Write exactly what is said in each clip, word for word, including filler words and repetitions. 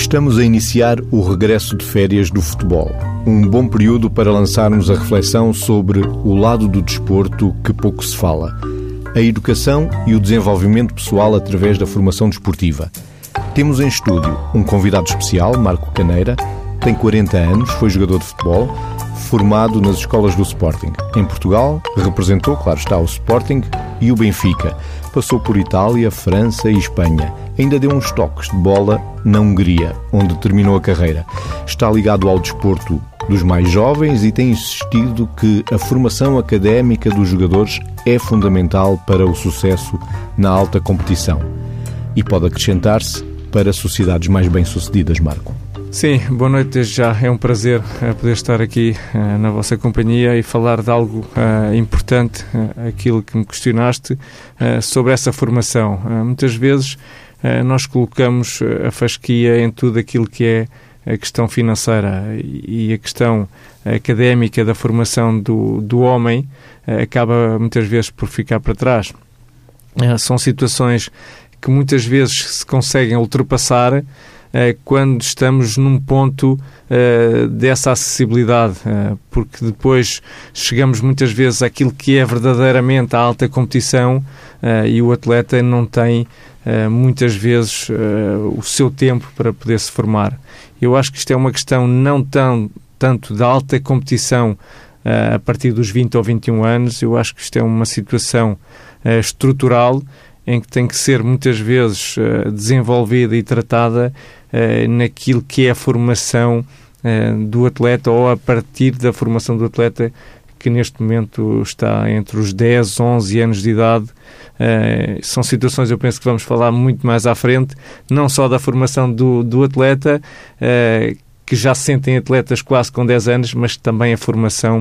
Estamos a iniciar o regresso de férias do futebol. Um bom período para lançarmos a reflexão sobre o lado do desporto que pouco se fala. A educação e o desenvolvimento pessoal através da formação desportiva. Temos em estúdio um convidado especial, Marco Caneira. Tem quarenta anos, foi jogador de futebol, formado nas escolas do Sporting. Em Portugal, representou, claro está, o Sporting e o Benfica. Passou por Itália, França e Espanha. Ainda deu uns toques de bola na Hungria, onde terminou a carreira. Está ligado ao desporto dos mais jovens e tem insistido que a formação académica dos jogadores é fundamental para o sucesso na alta competição. E pode acrescentar-se para sociedades mais bem-sucedidas, Marco. Sim, boa noite desde já. É um prazer uh, poder estar aqui uh, na vossa companhia e falar de algo uh, importante, uh, aquilo que me questionaste, uh, sobre essa formação. Uh, muitas vezes uh, nós colocamos a fasquia em tudo aquilo que é a questão financeira e a questão académica da formação do, do homem uh, acaba muitas vezes por ficar para trás. Uh, são situações que muitas vezes se conseguem ultrapassar quando estamos num ponto uh, dessa acessibilidade, uh, porque depois chegamos muitas vezes àquilo que é verdadeiramente a alta competição uh, e o atleta não tem uh, muitas vezes uh, o seu tempo para poder se formar. Eu acho que isto é uma questão não tão, tanto da alta competição uh, a partir dos vinte ou vinte e um anos, eu acho que isto é uma situação uh, estrutural em que tem que ser muitas vezes uh, desenvolvida e tratada uh, naquilo que é a formação uh, do atleta ou a partir da formação do atleta que neste momento está entre os dez, onze anos de idade. Uh, são situações, eu penso que vamos falar muito mais à frente, não só da formação do, do atleta, uh, que já se sentem atletas quase com dez anos, mas também a formação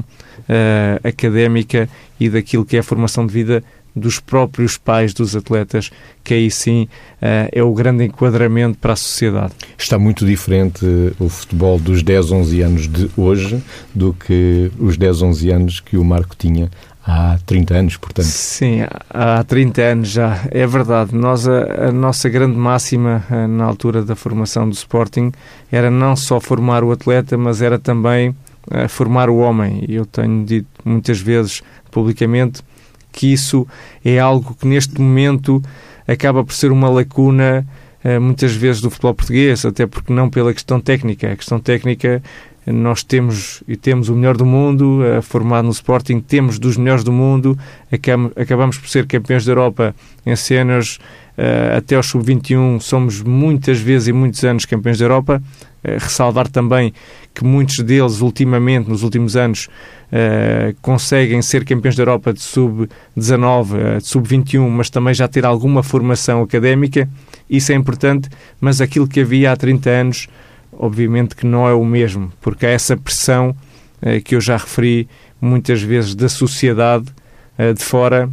uh, académica e daquilo que é a formação de vida dos próprios pais dos atletas, que aí sim uh, é o grande enquadramento para a sociedade. Está muito diferente o futebol dos dez, onze anos de hoje do que os dez, onze anos que o Marco tinha há trinta anos, portanto. Sim, há trinta anos já, é verdade. Nós, a, a nossa grande máxima uh, na altura da formação do Sporting era não só formar o atleta, mas era também uh, formar o homem. E eu tenho dito muitas vezes publicamente que isso é algo que neste momento acaba por ser uma lacuna uh, muitas vezes do futebol português, até porque não pela questão técnica. A questão técnica, nós temos e temos o melhor do mundo, uh, formado no Sporting, temos dos melhores do mundo, acabamos, acabamos por ser campeões da Europa em séniores, uh, até aos sub vinte e um somos muitas vezes e muitos anos campeões da Europa. Uh, ressalvar também que muitos deles ultimamente, nos últimos anos, Uh, conseguem ser campeões da Europa de sub dezanove, uh, de sub vinte e um, mas também já ter alguma formação académica. Isso é importante, mas aquilo que havia há trinta anos, obviamente que não é o mesmo, porque há essa pressão uh, que eu já referi muitas vezes da sociedade uh, de fora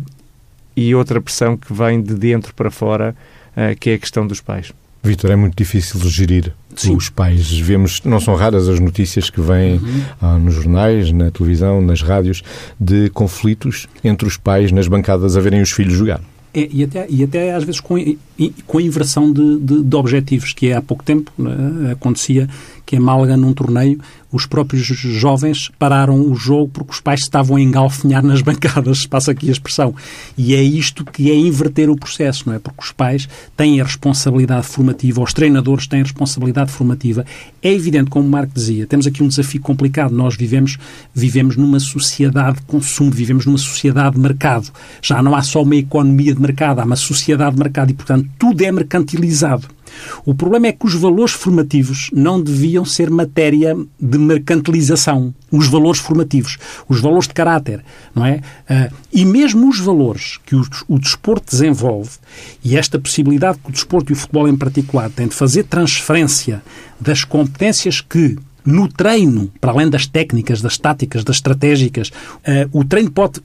e outra pressão que vem de dentro para fora, uh, que é a questão dos pais. Vítor, é muito difícil gerir Sim. os pais. Vemos, não são raras as notícias que vêm uhum. ah, nos jornais, na televisão, nas rádios, de conflitos entre os pais nas bancadas a verem os filhos jogar. É, e, até, e até às vezes com, com a inversão de, de, de objetivos, que é, há pouco tempo né, acontecia que em Málaga, num torneio, os próprios jovens pararam o jogo porque os pais estavam a engalfinhar nas bancadas, passa aqui a expressão. E é isto que é inverter o processo, não é? Porque os pais têm a responsabilidade formativa, os treinadores têm a responsabilidade formativa. É evidente, como o Marco dizia, temos aqui um desafio complicado. Nós vivemos, vivemos numa sociedade de consumo, vivemos numa sociedade de mercado. Já não há só uma economia de mercado, há uma sociedade de mercado e, portanto, tudo é mercantilizado. O problema é que os valores formativos não deviam ser matéria de mercantilização. Os valores formativos, os valores de caráter, não é? Uh, e mesmo os valores que o, o desporto desenvolve e esta possibilidade que o desporto e o futebol em particular têm de fazer transferência das competências que no treino, para além das técnicas, das táticas, das estratégicas, uh, o treino pode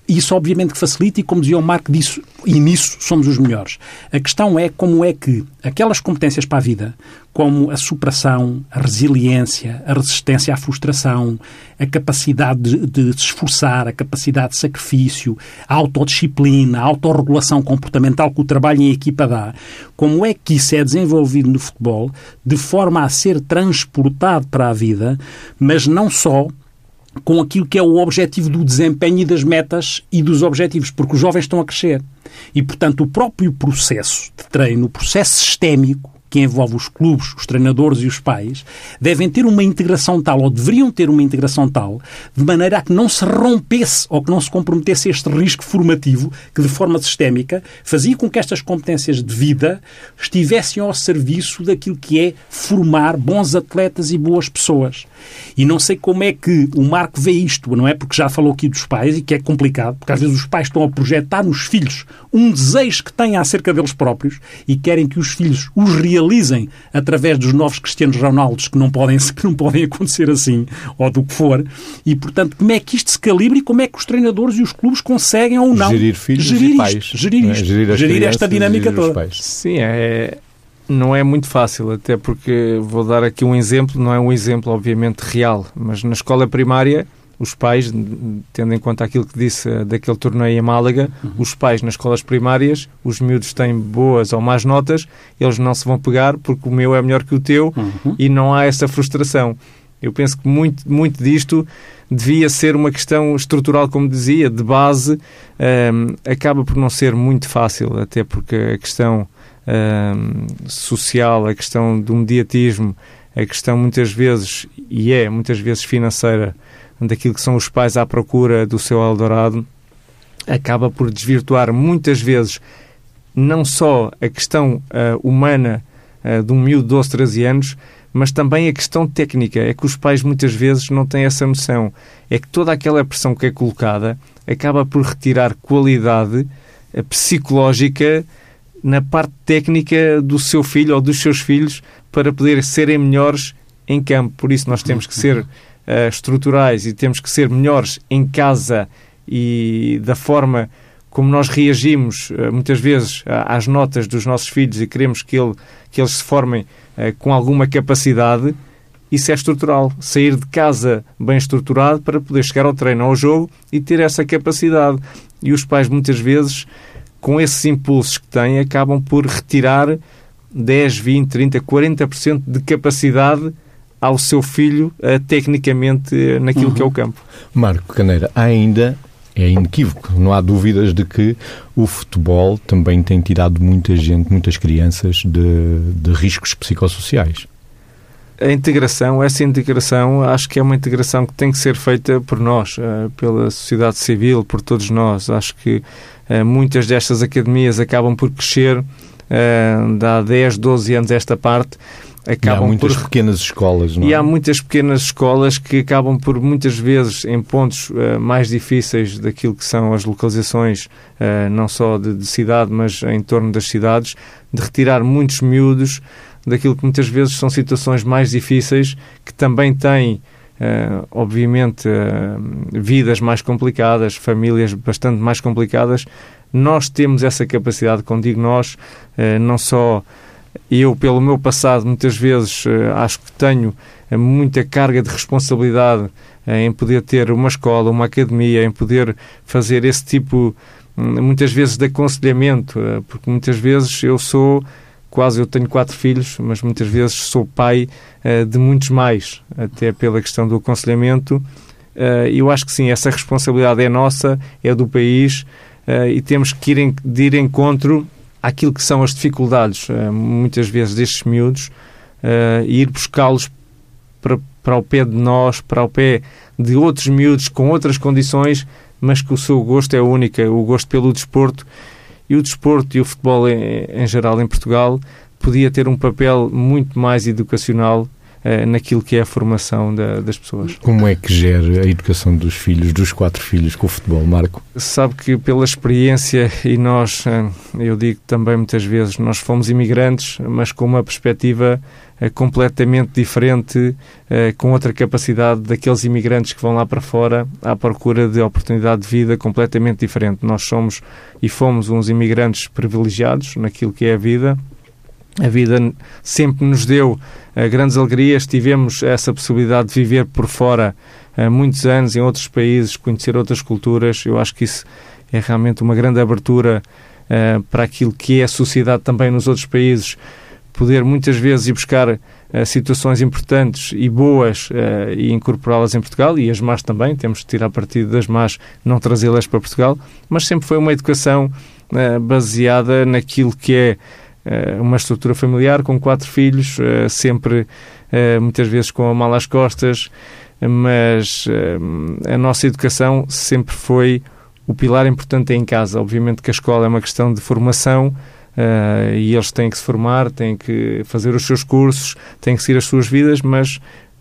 Isso obviamente que facilita e, como dizia o Marco, disso, e nisso somos os melhores. A questão é como é que aquelas competências para a vida, como a superação, a resiliência, a resistência à frustração, a capacidade de, de se esforçar, a capacidade de sacrifício, a autodisciplina, a autorregulação comportamental que o trabalho em equipa dá, como é que isso é desenvolvido no futebol de forma a ser transportado para a vida, mas não só com aquilo que é o objetivo do desempenho e das metas e dos objetivos, porque os jovens estão a crescer. E, portanto, o próprio processo de treino, o processo sistémico, que envolve os clubes, os treinadores e os pais, devem ter uma integração tal, ou deveriam ter uma integração tal, de maneira a que não se rompesse ou que não se comprometesse este risco formativo que, de forma sistémica, fazia com que estas competências de vida estivessem ao serviço daquilo que é formar bons atletas e boas pessoas. E não sei como é que o Marco vê isto, não é? Porque já falou aqui dos pais e que é complicado, porque às vezes os pais estão a projetar nos filhos um desejo que têm acerca deles próprios e querem que os filhos os realizem realizem através dos novos Cristianos Ronaldos que não podem, que não podem acontecer assim, ou do que for. E, portanto, como é que isto se calibra e como é que os treinadores e os clubes conseguem ou não gerir filhos gerir e isto, pais. Gerir, isto, é? gerir, gerir esta dinâmica toda. Sim, é... Não é muito fácil, até porque vou dar aqui um exemplo, não é um exemplo obviamente real, mas na escola primária os pais, tendo em conta aquilo que disse daquele torneio em Málaga, uhum. os pais nas escolas primárias, os miúdos têm boas ou más notas, eles não se vão pegar porque o meu é melhor que o teu uhum. e não há essa frustração. Eu penso que muito, muito disto devia ser uma questão estrutural, como dizia, de base, um, acaba por não ser muito fácil, até porque a questão um, social, a questão do mediatismo, a questão muitas vezes, e é muitas vezes financeira, daquilo que são os pais à procura do seu Eldorado, acaba por desvirtuar muitas vezes não só a questão uh, humana uh, de um miúdo de doze, treze anos, mas também a questão técnica. É que os pais muitas vezes não têm essa noção. É que toda aquela pressão que é colocada acaba por retirar qualidade uh, psicológica na parte técnica do seu filho ou dos seus filhos para poder serem melhores em campo. Por isso nós temos que ser Uh, estruturais e temos que ser melhores em casa e da forma como nós reagimos uh, muitas vezes uh, às notas dos nossos filhos e queremos que, ele, que eles se formem uh, com alguma capacidade. Isso é estrutural. Sair de casa bem estruturado para poder chegar ao treino, ao jogo e ter essa capacidade. E os pais muitas vezes, com esses impulsos que têm, acabam por retirar dez, vinte, trinta, quarenta por cento de capacidade ao seu filho, uh, tecnicamente, uh, naquilo uhum. que é o campo. Marco Caneira, há ainda, é inequívoco, não há dúvidas de que o futebol também tem tirado muita gente, muitas crianças de, de riscos psicossociais. A integração, essa integração, acho que é uma integração que tem que ser feita por nós, uh, pela sociedade civil, por todos nós. Acho que uh, muitas destas academias acabam por crescer uh, de há dez, doze anos esta parte. Acabam e há muitas por... pequenas escolas, não é? E há muitas pequenas escolas que acabam por, muitas vezes, em pontos uh, mais difíceis daquilo que são as localizações, uh, não só de, de cidade, mas em torno das cidades, de retirar muitos miúdos daquilo que muitas vezes são situações mais difíceis, que também têm, uh, obviamente, uh, vidas mais complicadas, famílias bastante mais complicadas. Nós temos essa capacidade, quando digo nós, uh, não só... Eu, pelo meu passado, muitas vezes acho que tenho muita carga de responsabilidade em poder ter uma escola, uma academia, em poder fazer esse tipo, muitas vezes, de aconselhamento, porque muitas vezes eu sou, quase eu tenho quatro filhos, mas muitas vezes sou pai de muitos mais, até pela questão do aconselhamento. Eu acho que sim, essa responsabilidade é nossa, é do país, e temos que ir em, de ir encontro àquilo que são as dificuldades, muitas vezes, destes miúdos, uh, e ir buscá-los para, para o pé de nós, para o pé de outros miúdos com outras condições, mas que o seu gosto é único, o gosto pelo desporto. E o desporto e o futebol em, em geral em Portugal podia ter um papel muito mais educacional uh, naquilo que é a formação da, das pessoas. Como é que gera a educação dos filhos, dos quatro filhos, com o futebol, Marco? Sabe que pela experiência, e nós, uh, eu digo também muitas vezes, nós fomos imigrantes, mas com uma perspectiva uh, completamente diferente, uh, com outra capacidade daqueles imigrantes que vão lá para fora à procura de oportunidade de vida completamente diferente. Nós somos e fomos uns imigrantes privilegiados naquilo que é a vida. A vida sempre nos deu uh, grandes alegrias, tivemos essa possibilidade de viver por fora há uh, muitos anos em outros países, conhecer outras culturas. Eu acho que isso é realmente uma grande abertura uh, para aquilo que é a sociedade também nos outros países, poder muitas vezes ir buscar uh, situações importantes e boas uh, e incorporá-las em Portugal, e as más também, temos de tirar partido das más, não trazê-las para Portugal, mas sempre foi uma educação uh, baseada naquilo que é uma estrutura familiar com quatro filhos, sempre muitas vezes com a mala às costas, mas a nossa educação sempre foi o pilar importante em casa. Obviamente que a escola é uma questão de formação e eles têm que se formar, têm que fazer os seus cursos, têm que seguir as suas vidas, mas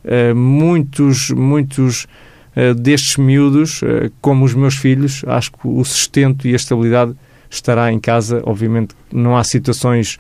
muitos, muitos destes miúdos, como os meus filhos, acho que o sustento e a estabilidade estará em casa. Obviamente não há situações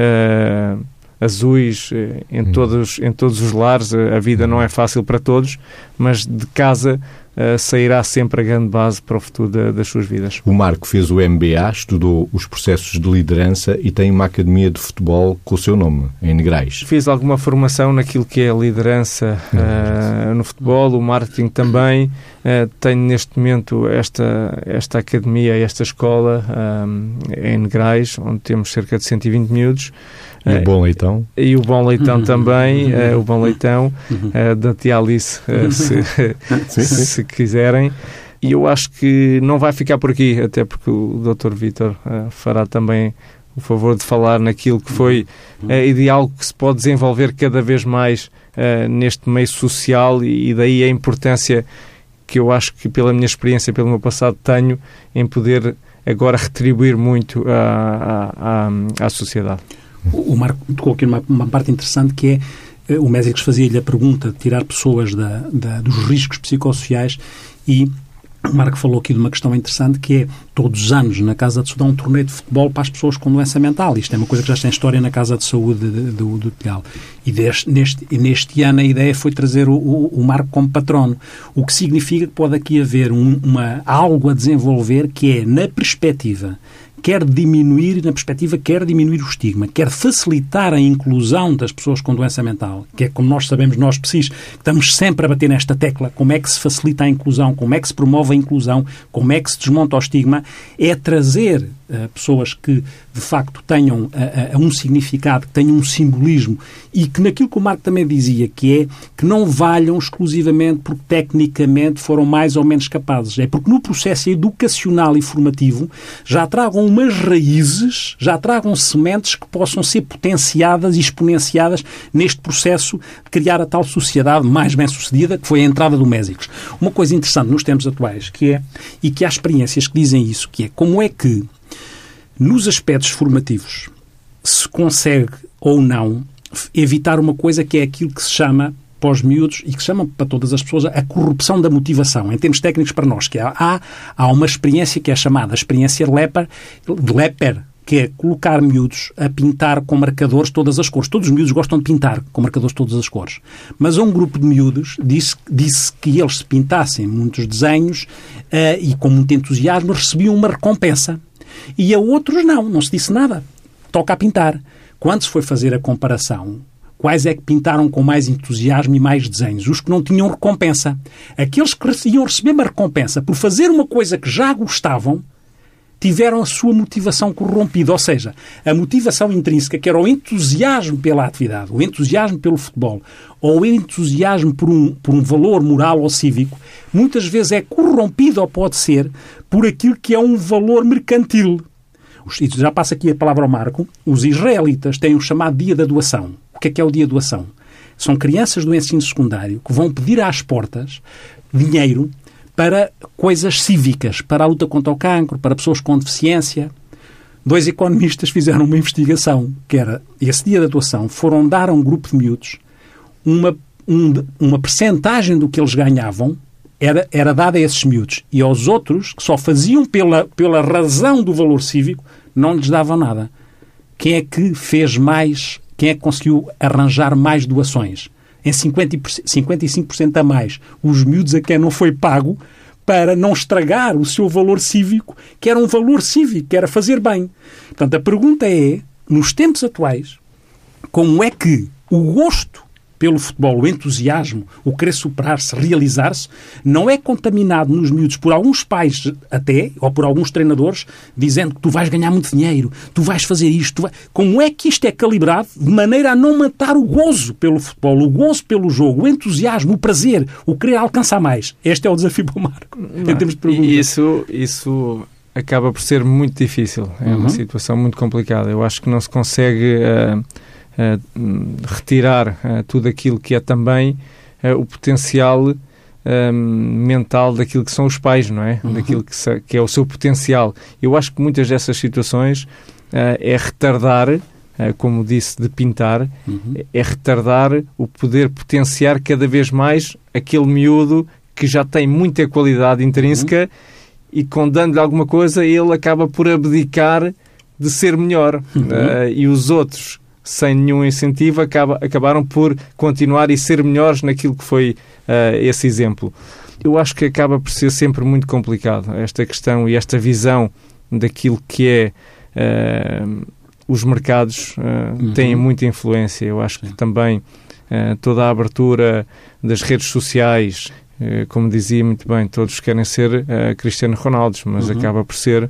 uh, azuis uh, em, hum. todos, em todos os lares, a vida não é fácil para todos, mas de casa uh, sairá sempre a grande base para o futuro da, das suas vidas. O Marco fez o M B A, estudou os processos de liderança e tem uma academia de futebol com o seu nome, em Negrais. Fiz alguma formação naquilo que é a liderança uh, no futebol, o marketing também. Uh, tenho neste momento esta, esta academia, esta escola um, em Negrais, onde temos cerca de cento e vinte miúdos. E uh, o Bom Leitão. E o Bom Leitão também, uh, o Bom Leitão, uh, da tia Alice, uh, se, sim, sim. se quiserem. E eu acho que não vai ficar por aqui, até porque o doutor Vítor uh, fará também o favor de falar naquilo que foi uh, e de algo que se pode desenvolver cada vez mais uh, neste meio social, e, e daí a importância que eu acho que, pela minha experiência, pelo meu passado, tenho em poder agora retribuir muito à, à, à sociedade. O Marco tocou aqui numa uma parte interessante, que é o Mésicles fazia-lhe a pergunta de tirar pessoas da, da, dos riscos psicossociais, e o Marco falou aqui de uma questão interessante, que é, todos os anos na Casa de Saúde há um torneio de futebol para as pessoas com doença mental. Isto é uma coisa que já tem história na Casa de Saúde do, do Telhal. E deste, neste, neste ano a ideia foi trazer o, o, o Marco como patrono, o que significa que pode aqui haver um, uma, algo a desenvolver, que é, na perspectiva, quer diminuir, na perspectiva, quer diminuir o estigma, quer facilitar a inclusão das pessoas com doença mental, que é, como nós sabemos, nós psis, estamos sempre a bater nesta tecla, como é que se facilita a inclusão, como é que se promove a inclusão, como é que se desmonta o estigma, é trazer uh, pessoas que, de facto, tenham uh, uh, um significado, que tenham um simbolismo, e que naquilo que o Marco também dizia, que é que não valham exclusivamente porque tecnicamente foram mais ou menos capazes. É porque no processo educacional e formativo já tragam umas raízes, já tragam sementes que possam ser potenciadas e exponenciadas neste processo de criar a tal sociedade mais bem-sucedida, que foi a entrada do Mésicles. Uma coisa interessante nos tempos atuais, que é, e que há experiências que dizem isso, que é como é que nos aspectos formativos se consegue ou não evitar uma coisa que é aquilo que se chama, para os miúdos, e que se chama para todas as pessoas, a corrupção da motivação, em termos técnicos para nós, que há, há, há uma experiência que é chamada experiência de Lepper, de Lepper, que é colocar miúdos a pintar com marcadores todas as cores. Todos os miúdos gostam de pintar com marcadores todas as cores. Mas um grupo de miúdos disse, disse que eles, se pintassem muitos desenhos uh, e com muito entusiasmo, recebiam uma recompensa. E a outros não, não se disse nada. Toca a pintar. Quando se foi fazer a comparação, quais é que pintaram com mais entusiasmo e mais desenhos? Os que não tinham recompensa. Aqueles que iam receber uma recompensa por fazer uma coisa que já gostavam, tiveram a sua motivação corrompida. Ou seja, a motivação intrínseca, que era o entusiasmo pela atividade, o entusiasmo pelo futebol, ou o entusiasmo por um, por um valor moral ou cívico, muitas vezes é corrompido, ou pode ser, por aquilo que é um valor mercantil. E já passa aqui a palavra ao Marco. Os israelitas têm o chamado dia da doação. O que é que é o dia da doação? São crianças do ensino secundário que vão pedir às portas dinheiro para coisas cívicas, para a luta contra o cancro, para pessoas com deficiência. Dois economistas fizeram uma investigação, que era, esse dia da doação, foram dar a um grupo de miúdos uma, um, uma percentagem do que eles ganhavam era, era dada a esses miúdos. E aos outros, que só faziam pela, pela razão do valor cívico, não lhes davam nada. Quem é que fez mais, quem é que conseguiu arranjar mais doações? Em cinquenta e cinco por cento a mais. Os miúdos a quem não foi pago para não estragar o seu valor cívico, que era um valor cívico, que era fazer bem. Portanto, a pergunta é, nos tempos atuais, como é que o gosto pelo futebol, o entusiasmo, o querer superar-se, realizar-se, não é contaminado nos miúdos por alguns pais até, ou por alguns treinadores, dizendo que tu vais ganhar muito dinheiro, tu vais fazer isto. Tu vai... Como é que isto é calibrado de maneira a não matar o gozo pelo futebol, o gozo pelo jogo, o entusiasmo, o prazer, o querer alcançar mais? Este é o desafio para o Marco. Não, em termos de pergunta. Isso, isso acaba por ser muito difícil. É uhum. uma situação muito complicada. Eu acho que não se consegue... Uh, Uh, retirar uh, tudo aquilo que é também uh, o potencial uh, mental daquilo que são os pais, não é? Uhum. Daquilo que, se, que é o seu potencial. Eu acho que muitas dessas situações uh, é retardar, uh, como disse, de pintar, uhum. é retardar o poder potenciar cada vez mais aquele miúdo que já tem muita qualidade intrínseca uhum. e, com dando-lhe alguma coisa, ele acaba por abdicar de ser melhor. Uhum. Uh, e os outros, sem nenhum incentivo, acaba, acabaram por continuar e ser melhores naquilo que foi uh, esse exemplo. Eu acho que acaba por ser sempre muito complicado esta questão e esta visão daquilo que é uh, os mercados uh, uhum. têm muita influência. Eu acho que também uh, toda a abertura das redes sociais, uh, como dizia muito bem, todos querem ser uh, Cristiano Ronaldo, mas uhum. acaba por ser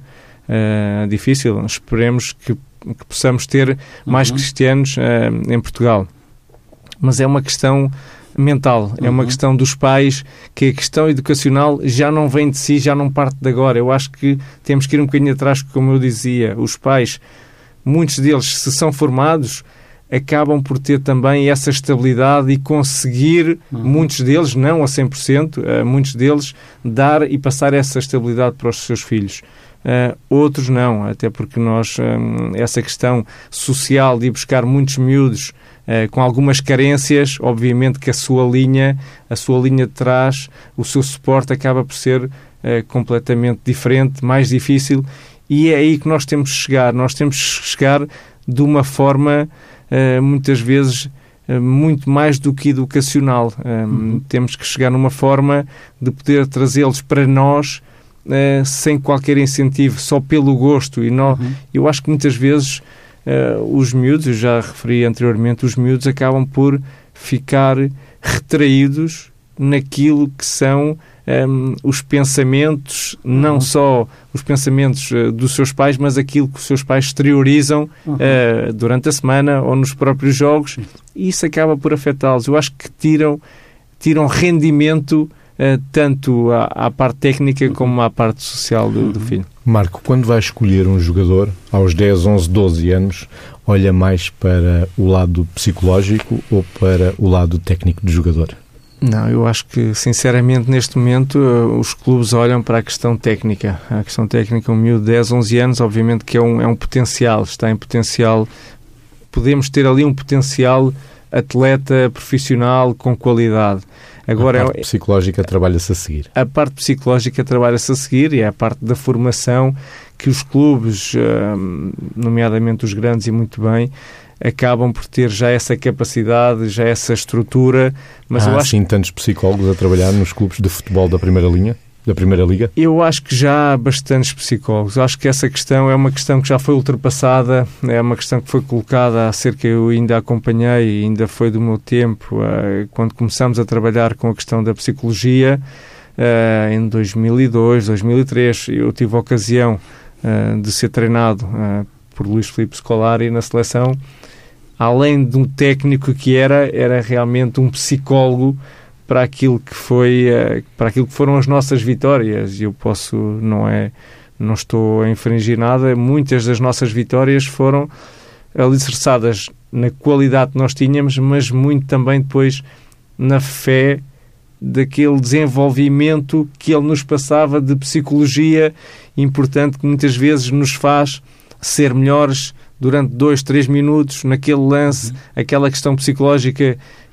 uh, difícil. Esperemos que que possamos ter mais uhum. cristianos uh, em Portugal. Mas é uma questão mental, uhum. é uma questão dos pais, que a questão educacional já não vem de si, já não parte de agora. Eu acho que temos que ir um bocadinho atrás, como eu dizia, os pais, muitos deles, se são formados, acabam por ter também essa estabilidade e conseguir, uhum. muitos deles, não a cem por cento, uh, muitos deles, dar e passar essa estabilidade para os seus filhos. Uh, outros não, até porque nós, um, essa questão social de ir buscar muitos miúdos uh, com algumas carências, obviamente que a sua linha, a sua linha de trás, o seu suporte acaba por ser uh, completamente diferente, mais difícil, e é aí que nós temos que chegar. Nós temos que chegar de uma forma, uh, muitas vezes, uh, muito mais do que educacional. Um, uhum. Temos que chegar numa forma de poder trazê-los para nós, Uh, sem qualquer incentivo, só pelo gosto. E não, uhum. eu acho que muitas vezes uh, os miúdos, eu já referi anteriormente, os miúdos acabam por ficar retraídos naquilo que são um, os pensamentos, uhum. não só os pensamentos uh, dos seus pais, mas aquilo que os seus pais exteriorizam uhum. uh, durante a semana ou nos próprios jogos, uhum. e isso acaba por afetá-los. Eu acho que tiram, tiram rendimento Uh, tanto à, à parte técnica como à parte social do, do filho. Marco, quando vai escolher um jogador, aos dez, onze, doze anos, olha mais para o lado psicológico ou para o lado técnico do jogador? Não, eu acho que, sinceramente, neste momento, uh, os clubes olham para a questão técnica. A questão técnica, um miúdo de dez, onze anos, obviamente que é um, é um potencial, está em potencial. Podemos ter ali um potencial atleta profissional com qualidade. Agora, a parte psicológica trabalha-se a seguir. A parte psicológica trabalha-se a seguir e é a parte da formação que os clubes, nomeadamente os grandes e muito bem, acabam por ter já essa capacidade, já essa estrutura. Mas Há, eu acho sim, tantos psicólogos a trabalhar nos clubes de futebol da primeira linha? Da Primeira Liga? Eu acho que já há bastantes psicólogos. Eu acho que essa questão é uma questão que já foi ultrapassada, é uma questão que foi colocada há cerca, eu ainda acompanhei, ainda foi do meu tempo, quando começámos a trabalhar com a questão da psicologia, em dois mil e dois, dois mil e três. Eu tive a ocasião de ser treinado por Luís Filipe Scolari na seleção. Além de um técnico que era, era realmente um psicólogo para aquilo que foi, para aquilo que foram as nossas vitórias. Eu posso, não é, não estou a infringir nada, muitas das nossas vitórias foram alicerçadas na qualidade que nós tínhamos, mas muito também depois na fé daquele desenvolvimento que ele nos passava de psicologia importante, que muitas vezes nos faz ser melhores durante dois, três minutos naquele lance, uhum. aquela questão psicológica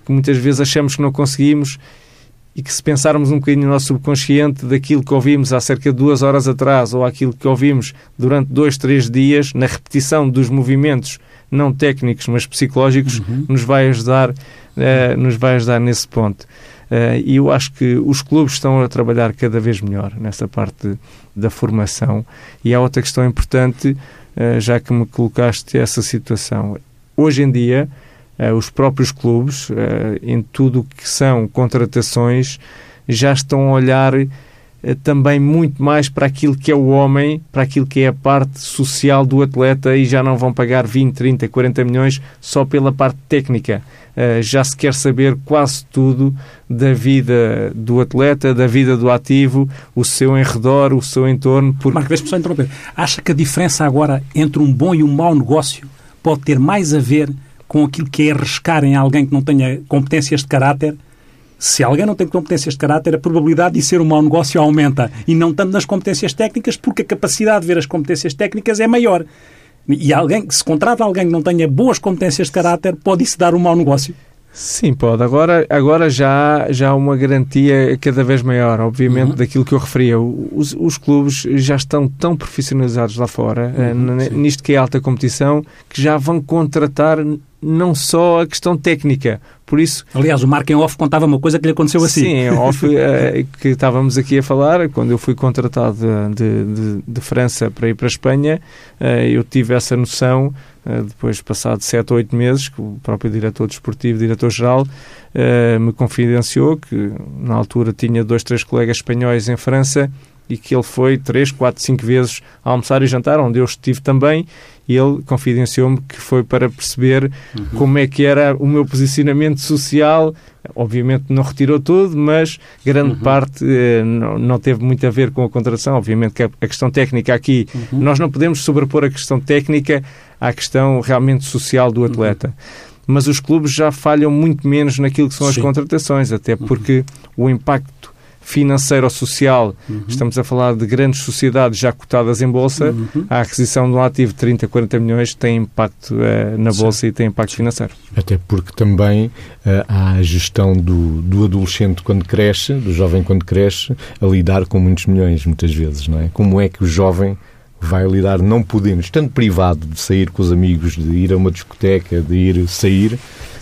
que muitas vezes achamos que não conseguimos e que, se pensarmos um bocadinho no nosso subconsciente daquilo que ouvimos há cerca de duas horas atrás ou aquilo que ouvimos durante dois, três dias, na repetição dos movimentos não técnicos, mas psicológicos, uhum. nos vai ajudar, uh, nos vai ajudar nesse ponto. Uh, e eu acho que os clubes estão a trabalhar cada vez melhor nessa parte da formação. E há outra questão importante, uh, já que me colocaste essa situação. Hoje em dia, uh, os próprios clubes, uh, em tudo o que são contratações, já estão a olhar uh, também muito mais para aquilo que é o homem, para aquilo que é a parte social do atleta, e já não vão pagar vinte, trinta, quarenta milhões só pela parte técnica. Uh, já se quer saber quase tudo da vida do atleta, da vida do ativo, o seu enredor, o seu entorno. Porque... Marco, deixa-me só interromper. Acha que a diferença agora entre um bom e um mau negócio pode ter mais a ver com aquilo que é arriscar em alguém que não tenha competências de caráter? Se alguém não tem competências de caráter, a probabilidade de ser um mau negócio aumenta. E não tanto nas competências técnicas, porque a capacidade de ver as competências técnicas é maior. E alguém, se contrata alguém que não tenha boas competências de caráter, pode isso dar um mau negócio? Sim, pode. Agora, agora já, já há uma garantia cada vez maior, obviamente, uhum. daquilo que eu referia. Os, os clubes já estão tão profissionalizados lá fora, uhum, uh, nisto que é alta competição, que já vão contratar não só a questão técnica. Por isso... Aliás, o Marco em off contava uma coisa que lhe aconteceu assim. Sim, em off, uh, que estávamos aqui a falar, quando eu fui contratado de, de, de França para ir para a Espanha, uh, eu tive essa noção, uh, depois passado sete ou oito meses, que o próprio diretor desportivo, diretor-geral, uh, me confidenciou que na altura tinha dois, três colegas espanhóis em França e que ele foi três, quatro, cinco vezes a almoçar e jantar, onde eu estive também, e ele confidenciou-me que foi para perceber uhum. como é que era o meu posicionamento social. Obviamente não retirou tudo, mas grande uhum. parte eh, não, não teve muito a ver com a contratação. Obviamente que a, a questão técnica aqui, uhum. nós não podemos sobrepor a questão técnica à questão realmente social do atleta. Uhum. Mas os clubes já falham muito menos naquilo que são Sim. as contratações, até porque uhum. o impacto financeiro ou social, uhum. estamos a falar de grandes sociedades já cotadas em bolsa, uhum. a aquisição de um ativo de trinta, quarenta milhões tem impacto uh, na bolsa Sim. e tem impacto financeiro. Até porque também uh, há a gestão do, do adolescente quando cresce, do jovem quando cresce, a lidar com muitos milhões, muitas vezes, não é? Como é que o jovem vai lidar, não podendo, estando privado de sair com os amigos, de ir a uma discoteca, de ir sair...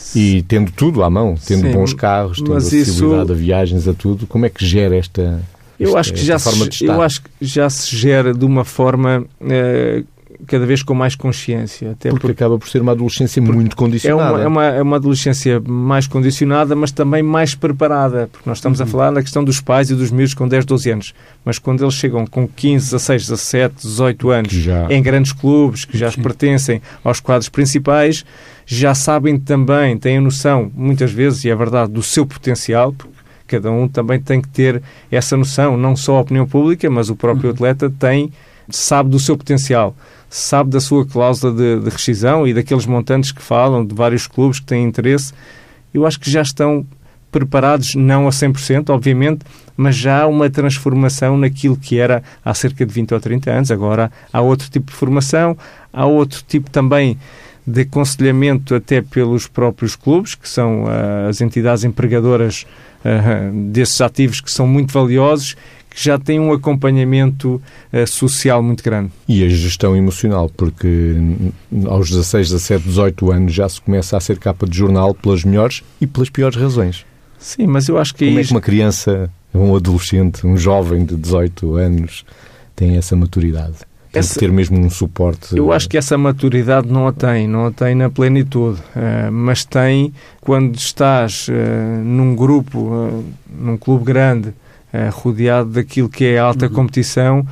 E tendo tudo à mão, tendo Sim, bons carros, tendo acessibilidade isso... a viagens, a tudo, como é que gera esta, eu esta, acho que já forma se, de estar? Eu acho que já se gera de uma forma eh, cada vez com mais consciência. Até porque, porque acaba por ser uma adolescência porque muito condicionada. É uma, é, uma, é uma adolescência mais condicionada, mas também mais preparada, porque nós estamos uhum. a falar na questão dos pais e dos miúdos com dez, doze anos, mas quando eles chegam com quinze, dezasseis, dezassete, dezoito anos já... em grandes clubes, que já Sim. pertencem aos quadros principais, já sabem também, têm a noção, muitas vezes, e é verdade, do seu potencial, porque cada um também tem que ter essa noção, não só a opinião pública, mas o próprio uhum. atleta tem, sabe do seu potencial, sabe da sua cláusula de, de rescisão e daqueles montantes que falam, de vários clubes que têm interesse. Eu acho que já estão preparados, não a cem por cento, obviamente, mas já há uma transformação naquilo que era há cerca de vinte ou trinta anos. Agora há outro tipo de formação, há outro tipo também de aconselhamento até pelos próprios clubes, que são uh, as entidades empregadoras uh, desses ativos, que são muito valiosos, que já têm um acompanhamento uh, social muito grande. E a gestão emocional, porque aos dezasseis, dezassete, dezoito anos já se começa a ser capa de jornal pelas melhores e pelas piores razões. Sim, mas eu acho que... Como é que uma criança, um adolescente, um jovem de dezoito anos tem essa maturidade? Tem essa, que ter mesmo um suporte... Eu acho que essa maturidade não a tem, não a tem na plenitude, uh, mas tem quando estás uh, num grupo, uh, num clube grande, uh, rodeado daquilo que é a alta uhum. competição,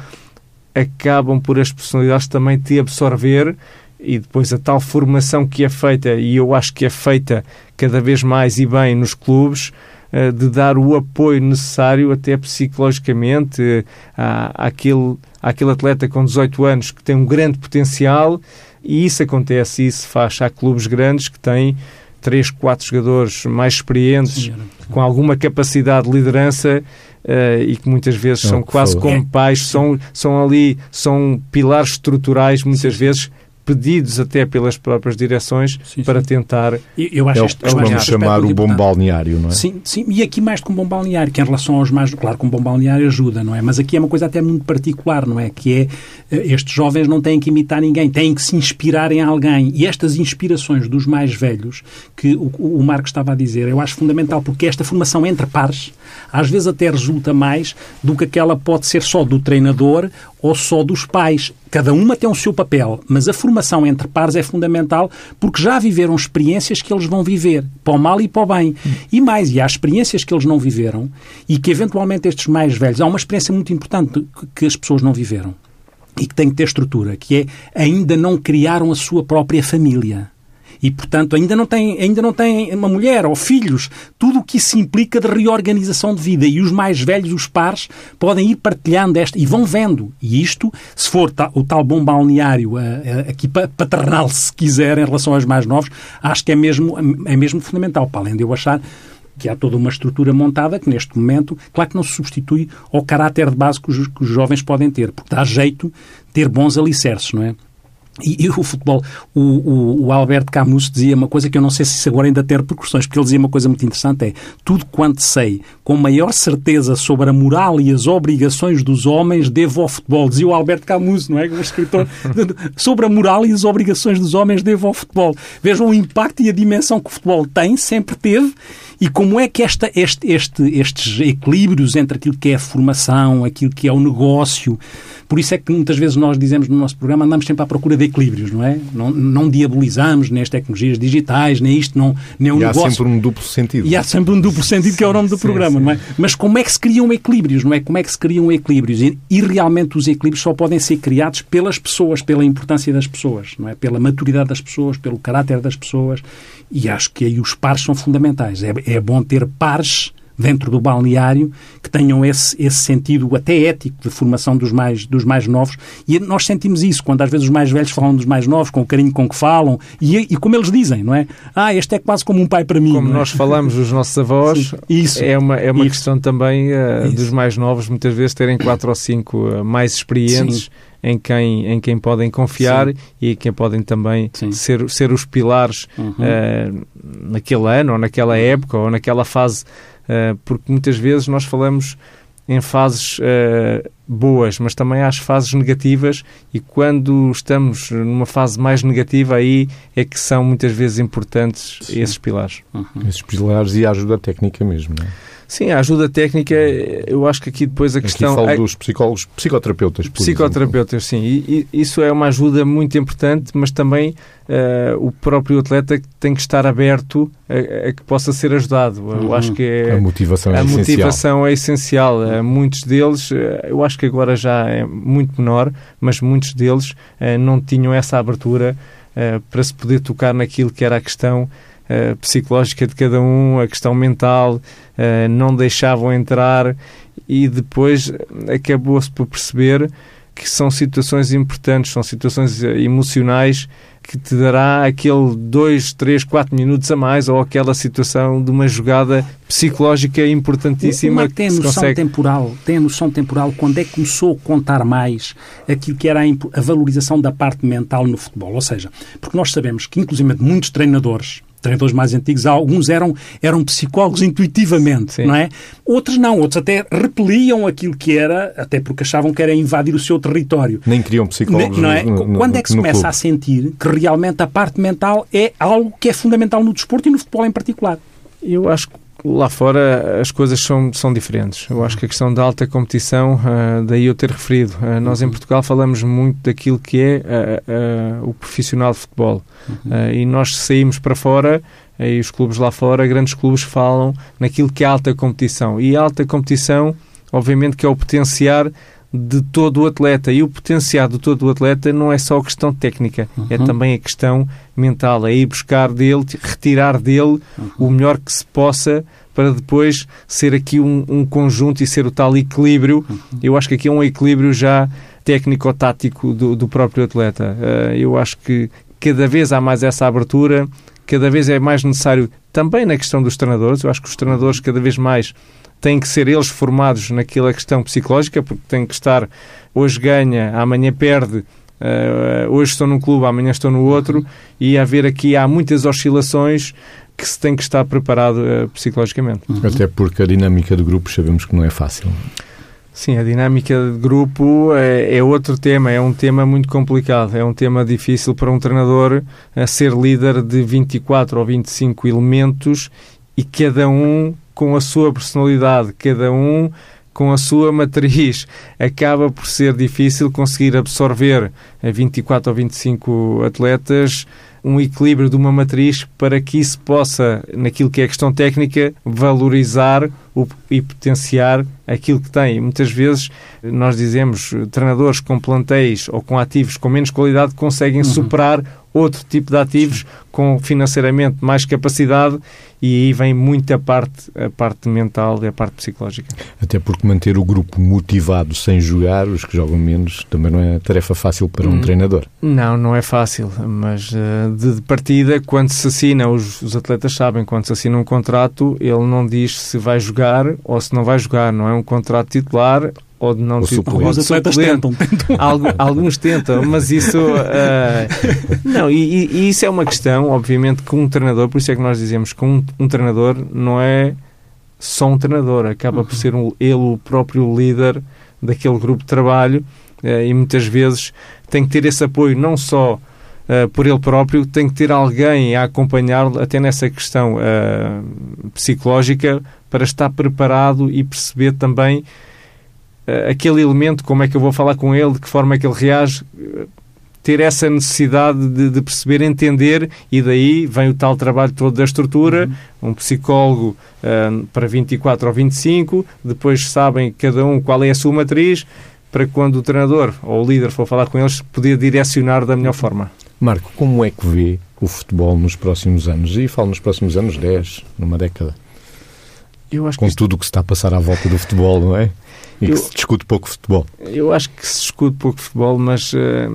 acabam por as personalidades também te absorver, e depois a tal formação que é feita, e eu acho que é feita cada vez mais e bem nos clubes, de dar o apoio necessário até psicologicamente à, àquele, àquele atleta com dezoito anos que tem um grande potencial, e isso acontece, isso faz. Há clubes grandes que têm três, quatro jogadores mais experientes, Sim, com alguma capacidade de liderança uh, e que muitas vezes Não, são quase como pais, são, são ali, são pilares estruturais muitas Sim. vezes pedidos até pelas próprias direções sim, para sim. tentar... Eu, eu acho é o que vamos chamar o bom balneário, não é? Sim, sim, e aqui mais do que um bom balneário, que em relação aos mais... Claro que um bom balneário ajuda, não é? Mas aqui é uma coisa até muito particular, não é? Que é, estes jovens não têm que imitar ninguém, têm que se inspirar em alguém. E estas inspirações dos mais velhos, que o, o Marcos estava a dizer, eu acho fundamental, porque esta formação entre pares, às vezes até resulta mais do que aquela pode ser só do treinador ou só dos pais. Cada uma tem o seu papel, mas a formação entre pares é fundamental porque já viveram experiências que eles vão viver, para o mal e para o bem. E mais, e há experiências que eles não viveram e que eventualmente estes mais velhos... Há uma experiência muito importante que as pessoas não viveram e que tem que ter estrutura, que é ainda não criaram a sua própria família. E, portanto, ainda não têm, ainda não têm uma mulher ou filhos. Tudo o que isso implica de reorganização de vida. E os mais velhos, os pares, podem ir partilhando esta e vão vendo. E isto, se for ta, o tal bom balneário aqui paternal, se quiser, em relação aos mais novos, acho que é mesmo, é mesmo fundamental. Para além de eu achar que há toda uma estrutura montada que, neste momento, claro que não se substitui ao caráter de base que os, que os jovens podem ter. Porque dá jeito ter bons alicerces, não é? E, e o futebol, o, o, o Alberto Camus dizia uma coisa que eu não sei se isso agora ainda tem repercussões, porque ele dizia uma coisa muito interessante, é tudo quanto sei com maior certeza sobre a moral e as obrigações dos homens devo ao futebol. Dizia o Alberto Camus, não é? O escritor, sobre a moral e as obrigações dos homens devo ao futebol. Vejam o impacto e a dimensão que o futebol tem, sempre teve, e como é que esta, este, este, estes equilíbrios entre aquilo que é a formação, aquilo que é o negócio. Por isso é que muitas vezes nós dizemos no nosso programa, andamos sempre à procura de equilíbrios, não é? Não, não diabolizamos nem as tecnologias digitais, nem isto, não, nem o e negócio. E há sempre um duplo sentido. E há sempre um duplo sentido, que é o nome do sim, programa, sim. não é? Mas como é que se criam equilíbrios, não é? Como é que se criam equilíbrios? E, e realmente os equilíbrios só podem ser criados pelas pessoas, pela importância das pessoas, não é? Pela maturidade das pessoas, pelo caráter das pessoas. E acho que aí os pares são fundamentais. É, é bom ter pares dentro do balneário que tenham esse, esse sentido até ético de formação dos mais, dos mais novos. E nós sentimos isso quando às vezes os mais velhos falam dos mais novos, com o carinho com que falam e, e como eles dizem, não é? Ah, este é quase como um pai para mim. Como é? nós falamos dos nossos avós, sim, isso, é uma, é uma isso. questão também uh, dos mais novos, muitas vezes terem quatro ou cinco uh, mais experientes, sim. Em quem, em quem podem confiar, sim. E quem podem também ser, ser os pilares uhum. uh, naquele ano, ou naquela época, ou naquela fase, uh, porque muitas vezes nós falamos em fases uh, boas, mas também há as fases negativas, e quando estamos numa fase mais negativa, aí é que são muitas vezes importantes sim. Esses pilares. Uhum. Esses pilares e a ajuda técnica mesmo, não é? Sim, a ajuda técnica, eu acho que aqui depois a aqui questão... Aqui falo é... dos psicólogos, psicoterapeutas, por Psicoterapeutas, exemplo. Sim. E, e isso é uma ajuda muito importante, mas também uh, o próprio atleta tem que estar aberto a, a que possa ser ajudado. Eu uhum. acho que é... A motivação é a essencial. A motivação é essencial. Uh, muitos deles, uh, eu acho que agora já é muito menor, mas muitos deles uh, não tinham essa abertura uh, para se poder tocar naquilo que era a questão Uh, psicológica de cada um, a questão mental, uh, não deixavam entrar, e depois acabou-se por perceber que são situações importantes, são situações emocionais que te dará aquele dois, três, quatro minutos a mais, ou aquela situação de uma jogada psicológica importantíssima. Tem a noção consegue... temporal, tem a noção temporal quando é que começou a contar mais aquilo que era a, imp... a valorização da parte mental no futebol. Ou seja, porque nós sabemos que, inclusive, muitos treinadores treinadores mais antigos, alguns eram, eram psicólogos intuitivamente, sim. Não é? Outros não, outros até repeliam aquilo que era, até porque achavam que era invadir o seu território. Nem queriam psicólogos. Não é? no, no, Quando é que se começa clube. A sentir que realmente a parte mental é algo que é fundamental no desporto e no futebol em particular? Eu acho que lá fora as coisas são, são diferentes. Eu acho que a questão da alta competição, uh, daí eu ter referido. Uh, nós em Portugal falamos muito daquilo que é uh, uh, o profissional de futebol. Uh, e nós saímos para fora, uh, e os clubes lá fora, grandes clubes, falam naquilo que é alta competição. E a alta competição, obviamente, que é o potenciar de todo o atleta. E o potenciar de todo o atleta não é só a questão técnica, uhum. É também a questão mental. É ir buscar dele, retirar dele uhum. o melhor que se possa, para depois ser aqui um, um conjunto e ser o tal equilíbrio. Uhum. Eu acho que aqui é um equilíbrio já técnico-tático do, do próprio atleta. Uh, eu acho que cada vez há mais essa abertura, cada vez é mais necessário também na questão dos treinadores. Eu acho que os treinadores cada vez mais têm que ser eles formados naquela questão psicológica, porque têm que estar, hoje ganha, amanhã perde, Uh, hoje estou num clube, amanhã estou no outro, e haver aqui, há muitas oscilações que se tem que estar preparado uh, psicologicamente. Uhum. Até porque a dinâmica de grupos sabemos que não é fácil. Sim, a dinâmica de grupo é, é outro tema, é um tema muito complicado, é um tema difícil para um treinador a ser líder de vinte e quatro ou vinte e cinco elementos e cada um com a sua personalidade, cada um com a sua matriz. Acaba por ser difícil conseguir absorver a vinte e quatro ou vinte e cinco atletas um equilíbrio de uma matriz para que isso possa, naquilo que é a questão técnica, valorizar o, e potenciar aquilo que tem. Muitas vezes nós dizemos treinadores com plantéis ou com ativos com menos qualidade conseguem uhum. superar outro tipo de ativos com financeiramente mais capacidade, e aí vem muita parte, a parte mental e a parte psicológica. Até porque manter o grupo motivado sem jogar, os que jogam menos, também não é tarefa fácil para um hum, treinador. Não, não é fácil, mas uh, de partida, quando se assina, os, os atletas sabem, quando se assina um contrato, ele não diz se vai jogar ou se não vai jogar, não é um contrato titular ou de não ou titular. Alguns atletas tentam. tentam. Algo, alguns tentam, mas isso... Uh, não, e, e isso é uma questão, obviamente, que um treinador, por isso é que nós dizemos que um, um treinador não é só um treinador, acaba uhum. por ser um, ele o próprio líder daquele grupo de trabalho, uh, e muitas vezes tem que ter esse apoio não só uh, por ele próprio, tem que ter alguém a acompanhá-lo até nessa questão uh, psicológica para estar preparado e perceber também aquele elemento, como é que eu vou falar com ele, de que forma é que ele reage, ter essa necessidade de, de perceber, entender, e daí vem o tal trabalho todo da estrutura, uhum. um psicólogo uh, para vinte e quatro ou vinte e cinco, depois sabem cada um qual é a sua matriz, para quando o treinador ou o líder for falar com eles, poder direcionar da melhor forma. Marco, como é que vê o futebol nos próximos anos? E falo nos próximos anos, dez, numa década. Eu acho com que tudo o que se está a passar à volta do futebol, não é? E que eu, se discute pouco futebol. Eu acho que se discute pouco futebol, mas uh,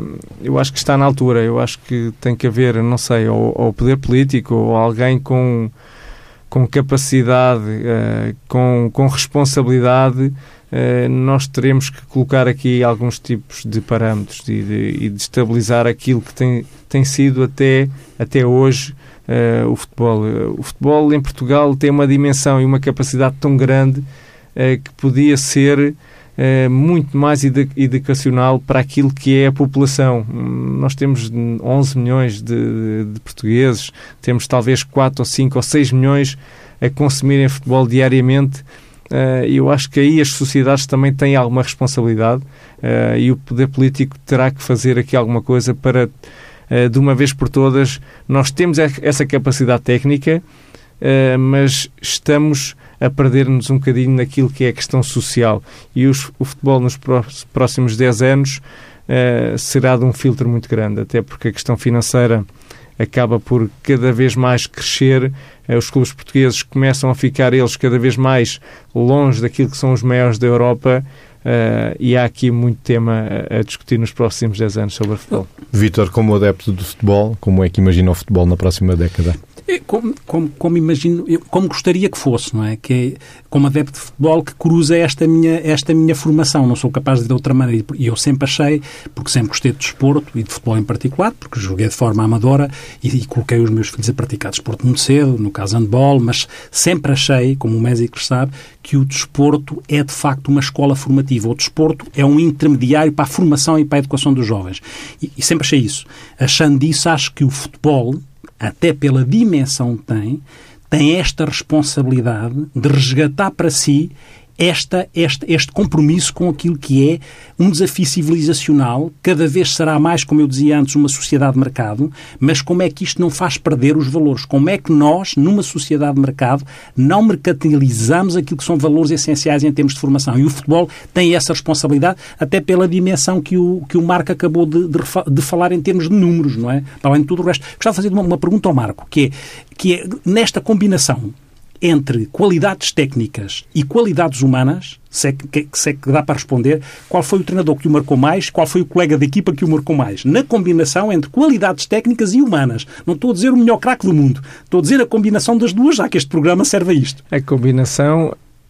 eu acho que está na altura. Eu acho que tem que haver, não sei, ou, ou poder político, ou alguém com, com capacidade, uh, com, com responsabilidade. Uh, nós teremos que colocar aqui alguns tipos de parâmetros e de, de, de estabilizar aquilo que tem, tem sido até, até hoje uh, o futebol. Uh, o futebol em Portugal tem uma dimensão e uma capacidade tão grande que podia ser uh, muito mais educacional para aquilo que é a população. Nós temos onze milhões de, de portugueses, temos talvez quatro ou cinco ou seis milhões a consumirem futebol diariamente, uh, e eu acho que aí as sociedades também têm alguma responsabilidade, uh, e o poder político terá que fazer aqui alguma coisa para, uh, de uma vez por todas, nós temos essa capacidade técnica, uh, mas estamos a perder-nos um bocadinho naquilo que é a questão social. E os, o futebol nos próximos dez anos uh, será de um filtro muito grande, até porque a questão financeira acaba por cada vez mais crescer. Uh, os clubes portugueses começam a ficar eles cada vez mais longe daquilo que são os maiores da Europa, uh, e há aqui muito tema a, a discutir nos próximos dez anos sobre o futebol. Vítor, como adepto do futebol, como é que imagina o futebol na próxima década? Como, como, como imagino, como gostaria que fosse, não é? Que é como adepto de futebol que cruza esta minha, esta minha formação. Não sou capaz de ir de outra maneira. E eu sempre achei, porque sempre gostei de desporto e de futebol em particular, porque joguei de forma amadora e, e coloquei os meus filhos a praticar desporto muito cedo, no caso handball, mas sempre achei, como o Mésico sabe, que o desporto é de facto uma escola formativa. O desporto é um intermediário para a formação e para a educação dos jovens. E, e sempre achei isso. Achando disso, acho que o futebol, até pela dimensão que tem, tem esta responsabilidade de resgatar para si esta, este, este compromisso com aquilo que é um desafio civilizacional. Cada vez será mais, como eu dizia antes, uma sociedade de mercado, mas como é que isto não faz perder os valores? Como é que nós, numa sociedade de mercado, não mercantilizamos aquilo que são valores essenciais em termos de formação? E o futebol tem essa responsabilidade, até pela dimensão que o, que o Marco acabou de, de, de falar em termos de números, não é? Para além de tudo o resto. Gostava de fazer uma, uma pergunta ao Marco, que é, que é nesta combinação entre qualidades técnicas e qualidades humanas, se é que, se é que dá para responder, qual foi o treinador que o marcou mais, qual foi o colega de equipa que o marcou mais? Na combinação entre qualidades técnicas e humanas. Não estou a dizer o melhor craque do mundo, estou a dizer a combinação das duas, já que este programa serve a isto. A combinação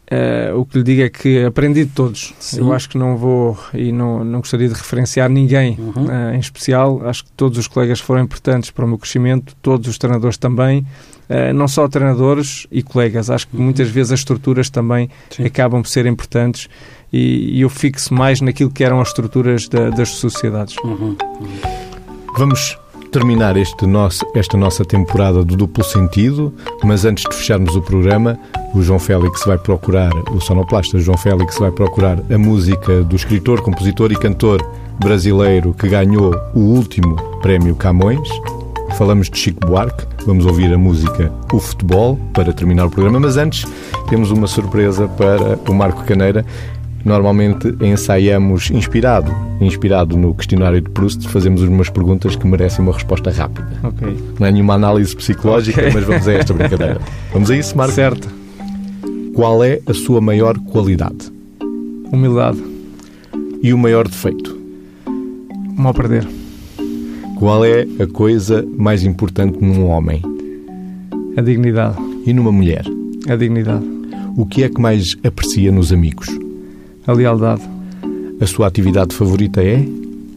Uh, o que lhe digo é que aprendi de todos. Sim. Eu acho que não vou e não, não gostaria de referenciar ninguém uhum. uh, em especial. Acho que todos os colegas foram importantes para o meu crescimento, todos os treinadores também, uh, não só treinadores e colegas. Acho que uhum. muitas vezes as estruturas também Sim. acabam por ser importantes e, e eu fixo mais naquilo que eram as estruturas da, das sociedades. Uhum. Uhum. Vamos terminar este nosso, esta nossa temporada do Duplo Sentido, mas antes de fecharmos o programa, o João Félix vai procurar, o sonoplasta João Félix vai procurar a música do escritor, compositor e cantor brasileiro que ganhou o último prémio Camões. Falamos de Chico Buarque, vamos ouvir a música O Futebol para terminar o programa, mas antes temos uma surpresa para o Marco Caneira. Normalmente ensaiamos inspirado, inspirado no questionário de Proust, fazemos umas perguntas que merecem uma resposta rápida. Okay. Não é nenhuma análise psicológica, okay. mas vamos a esta brincadeira. Vamos a isso, Marco? Certo. Qual é a sua maior qualidade? Humildade. E o maior defeito? Mal perder. Qual é a coisa mais importante num homem? A dignidade. E numa mulher? A dignidade. O que é que mais aprecia nos amigos? A lealdade. A sua atividade favorita é?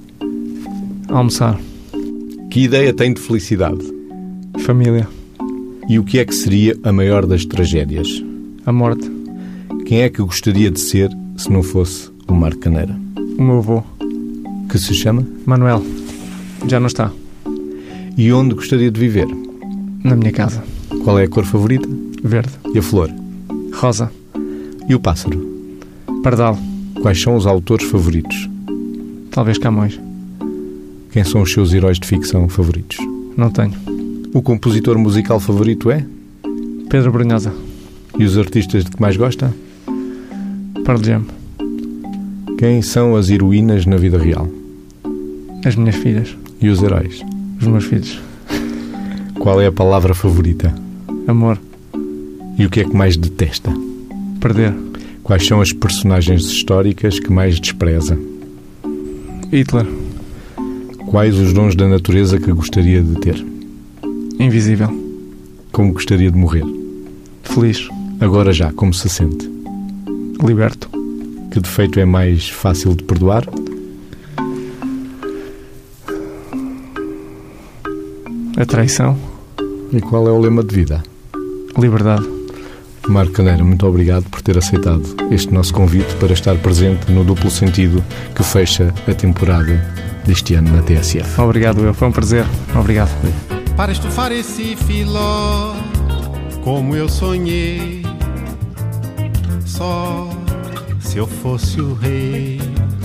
Almoçar. Que ideia tem de felicidade? Família. E o que é que seria a maior das tragédias? A morte. Quem é que gostaria de ser se não fosse o Marco Caneira? O meu avô. Que se chama? Manuel. Já não está. E onde gostaria de viver? Na minha casa. Qual é a cor favorita? Verde. E a flor? Rosa. E o pássaro? Pardal. Quais são os autores favoritos? Talvez Camões. Quem são os seus heróis de ficção favoritos? Não tenho. O compositor musical favorito é? Pedro Brunhosa. E os artistas de que mais gosta? Pearl Jam. Quem são as heroínas na vida real? As minhas filhas. E os heróis? Os meus filhos. Qual é a palavra favorita? Amor. E o que é que mais detesta? Perder. Quais são as personagens históricas que mais despreza? Hitler. Quais os dons da natureza que gostaria de ter? Invisível. Como gostaria de morrer? Feliz. Agora já, como se sente? Liberto. Que defeito é mais fácil de perdoar? A traição. E qual é o lema de vida? Liberdade. Marco Caneira, muito obrigado por ter aceitado este nosso convite para estar presente no Duplo Sentido que fecha a temporada deste ano na T S F. Obrigado, eu. Foi um prazer. Obrigado. Para estufar esse filó, como eu sonhei, só se eu fosse o rei.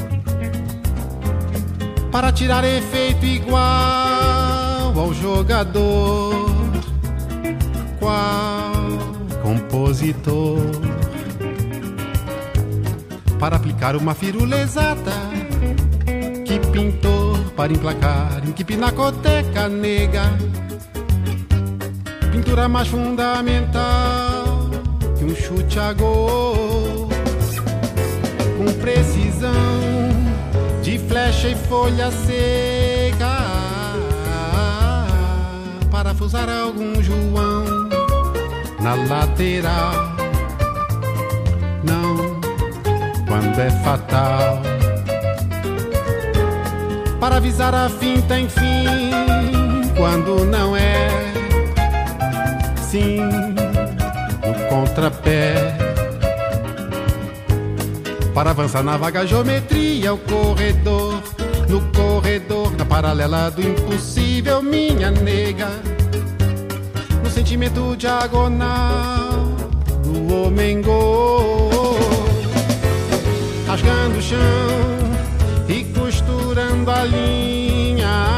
Para tirar efeito igual ao jogador, qual compositor, para aplicar uma firula exata, que pintor para emplacar em que pinacoteca nega, pintura mais fundamental que um chute a gol, com precisão de flecha e folha seca, parafusar algum João na lateral, não quando é fatal, para avisar a finta enfim, quando não é, sim, no contrapé, para avançar na vaga geometria, o corredor, no corredor da paralela do impossível, minha nega, no sentimento diagonal do homem gol, rasgando o chão e costurando a linha.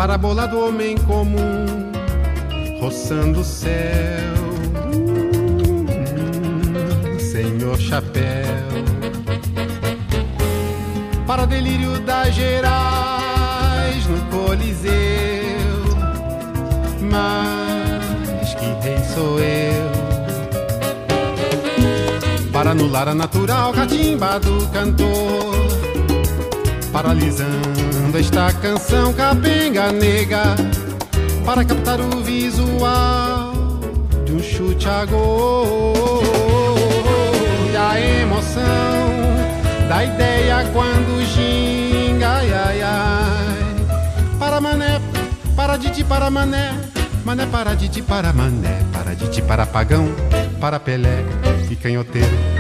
para a bola do homem comum, roçando o céu, hum, senhor chapéu, para delírio das Gerais no Coliseu, mas que rei sou eu, para anular a natural catimba do cantor, paralisando esta canção capenga nega, para captar o visual de um chute a gol, e a emoção da ideia quando ginga, ai, ai, ai. Para mané, para Didi, para mané, mané para Didi, para mané, para Didi, para pagão, para Pelé e canhoteiro.